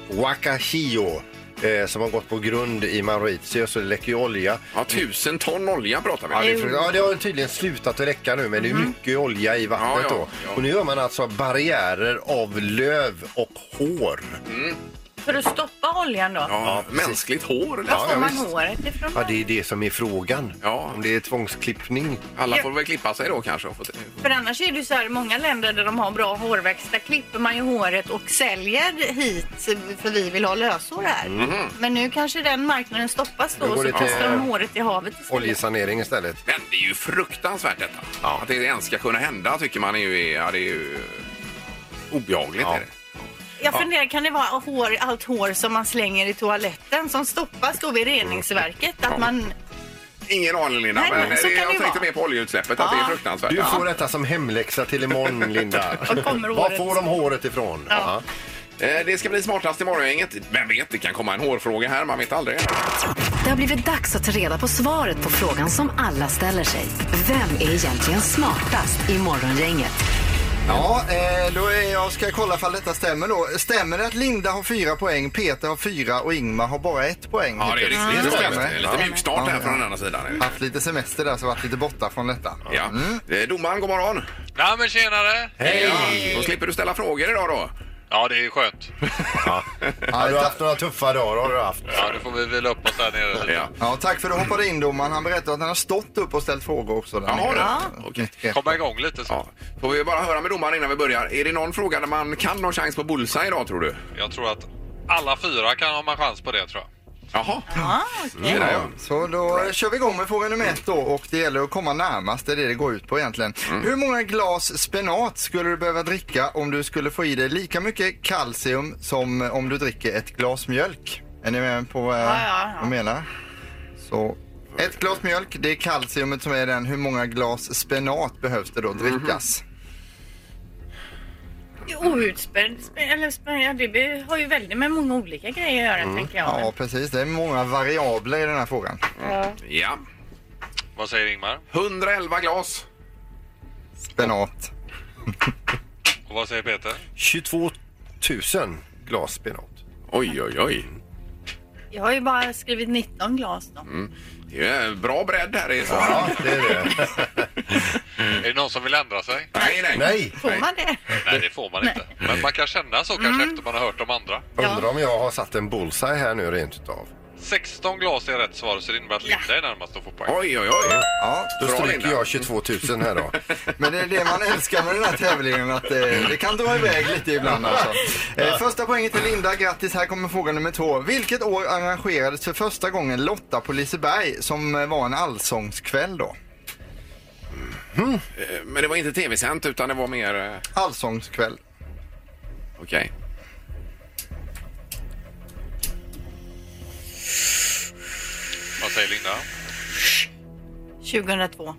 Wakashio eh, som har gått på grund i Mauritius och det läcker ju olja.
Ja, tusen ton olja pratar vi om.
Ja, det, är- ja, det har tydligen slutat att räcka nu, men det är mycket olja i vattnet
Ja, ja,
då.
ja.
Och nu gör man alltså barriärer av löv och hår.
För att stoppa oljan då?
Ja, mänskligt hår. Eller?
Ja,
Får
ja,
man
visst.
håret ifrån?
Ja, det är det som är frågan.
Ja.
Om det är tvångsklippning.
Alla
Ja.
får väl klippa sig då kanske.
För annars är det ju så här, i många länder där de har bra hårväxt, där klipper man ju håret och säljer hit för vi vill ha löshår här. Men nu kanske den marknaden stoppas då
Nu
och
går
så
det till,
kastar de håret i havet istället.
Oljesanering istället.
Men det är ju fruktansvärt detta.
Ja.
Att det ens ska kunna hända tycker man är ju, ja, det är ju obehagligt.
Ja.
Är det.
Jag funderar, kan det vara hår, allt hår som man slänger i toaletten som stoppas då vid reningsverket? Att
Ja.
man...
Ingen aning, Linda,
Nej,
men
men så
det,
kan
jag
det
tänkte
vara.
mer på oljeutsläppet, att det är
Ja.
fruktansvärt.
Du
Ja.
får detta som hemläxa till imorgon, Linda.
Var kommer
Var
håret?
får de håret ifrån?
Ja.
Eh, Det ska bli smartast i morgongänget. Vem vet, det kan komma en hårfråga här, man vet aldrig.
Det har blivit dags att ta reda på svaret på frågan som alla ställer sig. Vem är egentligen smartast i Morgongänget?
Ja, eh, då är jag ska kolla ifall detta stämmer då. Stämmer det att Linda har fyra poäng, Peter har fyra och Ingmar har bara ett poäng?
Ja, det är riktigt.
Det
Det
stämmer.
stämmer. Lite mjukstart här från den andra sidan.
Haft lite semester där så varit lite borta från detta.
Ja. Eh, Domaren, god morgon.
Ja, men tjenare!
Hej! Ja, då slipper du ställa frågor idag då.
Ja, det är skönt.
Ja. Har du haft några tuffa dagar? Har du haft?
Ja, då får vi vila upp oss där nere lite.
Ja.
Ja, tack för att du hoppade in, domaren. Han berättade att han har stått upp och ställt frågor också. Där
Jaha,
nere.
Okej.
Komma igång lite så.
Ja. Får vi bara höra med domaren innan vi börjar. Är det någon fråga där man kan ha chans på bullseye idag, tror du?
Jag tror att alla fyra kan ha en chans på det, tror jag.
Jaha.
Ja, okej.
Mm. Ja.
Så då kör vi igång med fråga nummer ett då, och det gäller att komma närmast, det är det det går ut på egentligen.
Mm.
Hur många glas spenat skulle du behöva dricka om du skulle få i dig lika mycket kalcium som om du dricker ett glas mjölk? Är ni med på eh,
Ja, ja, ja.
vad jag menar? Så ett glas mjölk, det är kalciumet som är den. Hur många glas spenat behövs det då drickas?
Outspänd, spä- eller spä- ja, det be- har ju väldigt med många olika grejer att göra, tänker jag.
Ja, precis. Det är många variabler i den här frågan.
Ja.
Ja.
Vad säger Ingmar?
hundraelva glas.
Spenat.
Och vad säger Peter?
tjugotvå tusen glas spenat.
Oj, oj, oj.
Jag har ju bara skrivit nitton glas då.
Mm. Det är bra bredd här i
Ja, det är det.
Är det någon som vill ändra sig?
Nej, nej.
Nej.
Får man det?
Nej, det får man inte. Men man kan känna så kanske efter man har hört de andra.
Undrar om jag har satt en bullseye här nu rent utav.
sexton glas är rätt svar, så det innebär att Linda är närmast att få poäng.
Oj, oj, oj.
Ja,
Då
Bra,
stryker
Linda.
jag tjugotvå tusen här då.
men det är det man älskar med den här tävlingen, att eh, det kan dra iväg lite ibland alltså. Eh, första poängen till Linda, grattis. Här kommer fråga nummer två. Vilket år arrangerades för första gången Lotta på Liseberg, som eh, var en allsångskväll då?
Eh, Men det var inte tv-sänt utan det var mer... eh,
Allsångskväll.
Okej.
Vad säger Linda?
tjugohundratvå.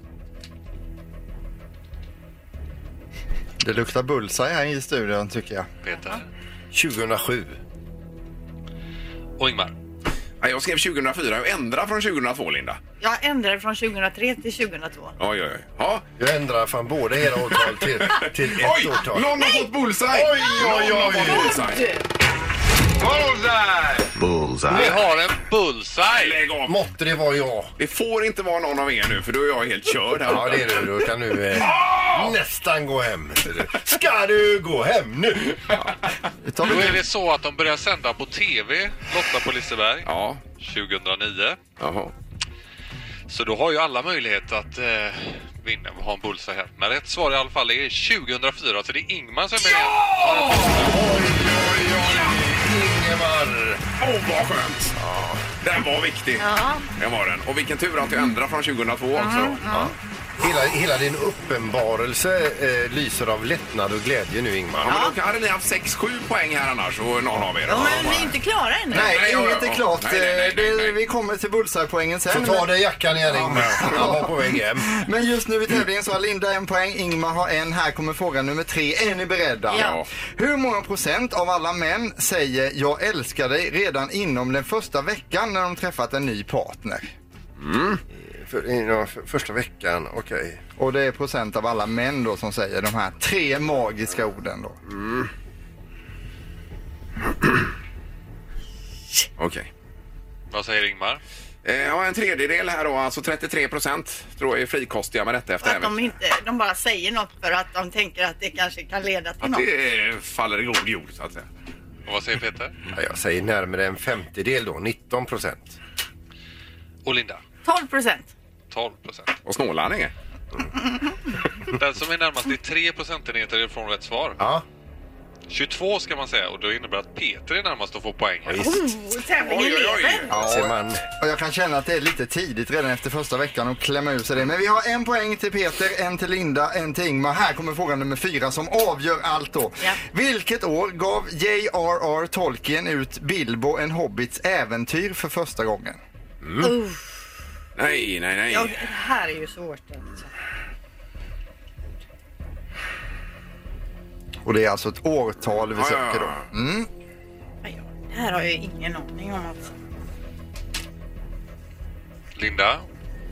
Det luktar bullseye här i studion, tycker jag.
Peter?
tjugohundrasju.
Och Ingmar?
Ja, jag skrev tjugohundrafyra. Jag ändrade från tjugohundratvå, Linda.
Jag ändrade från tjugohundratre till tjugohundratvå.
Oj, oj, oj. Ja.
Jag ändrar från båda era årtal till, till ett
Oj!
årtal.
Någon har fått bullseye!
Oj, oj,
Någon har
oj.
fått bullseye.
Vi har en bullseye!
Lägg av.
Måtte det vara jag.
Det får inte vara någon av er nu, för då är jag helt körd här.
Ja, det är du. Då kan du eh, nästan gå hem. Ska du gå hem nu?
Då är det så att de börjar sända på tv, Lotta på Liseberg,
Ja.
tjugohundranio.
Jaha.
Så då har ju alla möjlighet att eh, vinna och ha en bullseye här. Men rätt svar i alla fall är tjugohundrafyra, så det är Ingmar som är...
Ja!
Oj, oj, oj. Ingemar.
Åh, oh, vad skönt! Ja. Den var viktig.
Ja.
Den var den. Och vilken tur att du ändrade från tjugohundratvå också.
Ja. Hela, hela din uppenbarelse eh, lyser av lättnad och glädje nu, Ingmar.
Ja, men då hade ni haft sex sju poäng här annars, och någon av er.
Ja, men vi är inte klara ännu.
Nej,
Nej, ja,
inget
ja.
är klart.
Nej, nej, nej, nej, nej.
Det, vi kommer till bullseye-poängen sen.
Så ta
men-
dig jackan igen, Ingmar. Jag var på väg hem.
Men just nu i tävlingen så har Linda en poäng, Ingmar har en. Här kommer fråga nummer tre. Är ni beredda?
Ja.
Hur många procent av alla män säger jag älskar dig redan inom den första veckan när de träffat en ny partner?
För, ja, för, första veckan, okej.
Och det är procent av alla män då som säger de här tre magiska orden då.
Okej.
Vad säger Ingmar?
Eh, Ja, en tredjedel här då, alltså trettiotre procent tror jag är frikostiga med detta efter
Att de, inte, de bara säger något för att de tänker att det kanske kan leda till
Att
något.
det faller i god jord, så att säga.
Och vad säger Peter?
Ja, jag säger närmare en femtedel då, nitton procent.
Och Linda?
tolv procent.
tolv procent.
Och snålar ni är.
Den som är närmast är tre procentenheter ifrån rätt svar.
Ja.
tjugotvå ska man säga, och då innebär att Peter är närmast att få poäng.
Ja, visst.
Oh, tävlingen
Oj, oj, oj.
lever.
Ja,
Ser man.
och jag kan känna att det är lite tidigt redan efter första veckan att klämma ur sig det. Men vi har en poäng till Peter, en till Linda, en till Ingmar. Här kommer fråga nummer fyra som avgör allt då.
Ja.
Vilket år gav J R R Tolkien ut Bilbo en hobbits äventyr för första gången?
Uh,
Nej, nej, nej.
ja, det här är ju svårt. Alltså.
Och det är alltså ett årtal vi
Ja,
söker
ja,
då.
ja.
Mm.
Ja, ja, det här har jag ingen aning om. Alltså.
Linda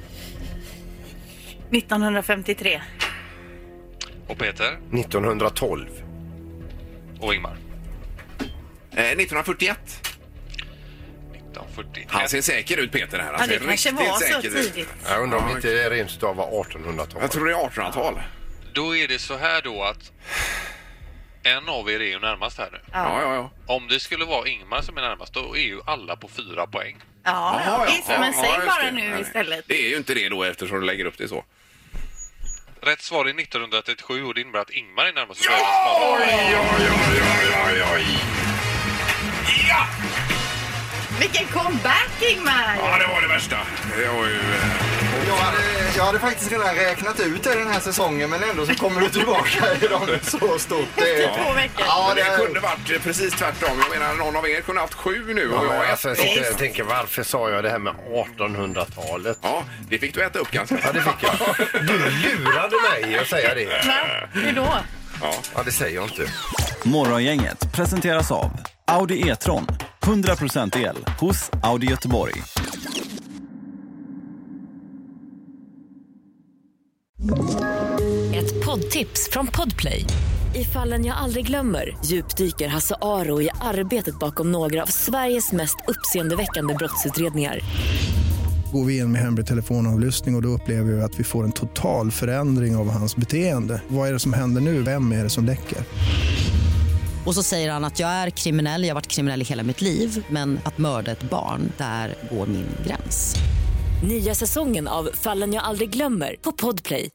nittonhundrafemtiotre.
och Peter
nittonhundratolv.
och Ingmar.
Eh, nittonhundrafyrtioett.
nittonhundrafyrtioett.
Han ser säker ut, Peter, här. Han
Ja, det
ser
kanske
riktigt
var så
säker ut.
tidigt.
Jag undrar om
Ja,
inte det rent utav var artonhundratal.
Jag tror det är artonhundratal.
Då är det så här då att en av er är ju närmast här nu.
Ja, ja, ja.
Om det skulle vara Ingmar som är närmast, då är ju alla på fyra poäng.
Ja,
ja,
visst, men säg
just
bara
det.
nu
Nej,
istället.
Det är ju inte det då eftersom du lägger upp det så.
Rätt svar är nittonhundratrettiosju och det innebär att Ingmar är närmast.
Ja! Oj, oj, oj, oj, oj, oj. Ja!
Vilken comeback, Ingmar!
Ja, det var det värsta. Det var ju...
Jag hade, jag hade faktiskt redan räknat ut det den här säsongen, men ändå så kommer du tillbaka idag så stort. Det,
Efter två veckor.
Ja, det, det kunde varit precis tvärtom. Jag menar, någon av er kunde haft sju nu. Och
Ja,
jag
alltså, jag sitter och tänker, varför sa jag det här med artonhundratalet?
Ja, det fick du äta upp ganska.
Ja, det fick jag. Du lurade mig att säga det.
Va? Hur då?
Ja.
Ja, det säger jag inte.
Morgongänget presenteras av Audi E-tron. hundra procent el hos Audi Göteborg.
Ett poddtips från Podplay. I Fallen jag aldrig glömmer djupdyker Hasse Aro i arbetet bakom några av Sveriges mest uppseendeväckande brottsutredningar.
Går vi in med hemlig telefonavlyssning och, och då upplever vi att vi får en total förändring av hans beteende. Vad är det som händer nu? Vem är det som läcker?
Och så säger han att jag är kriminell, jag har varit kriminell i hela mitt liv. Men att mörda ett barn, där går min gräns.
Nya säsongen av Fallen jag aldrig glömmer på Podplay.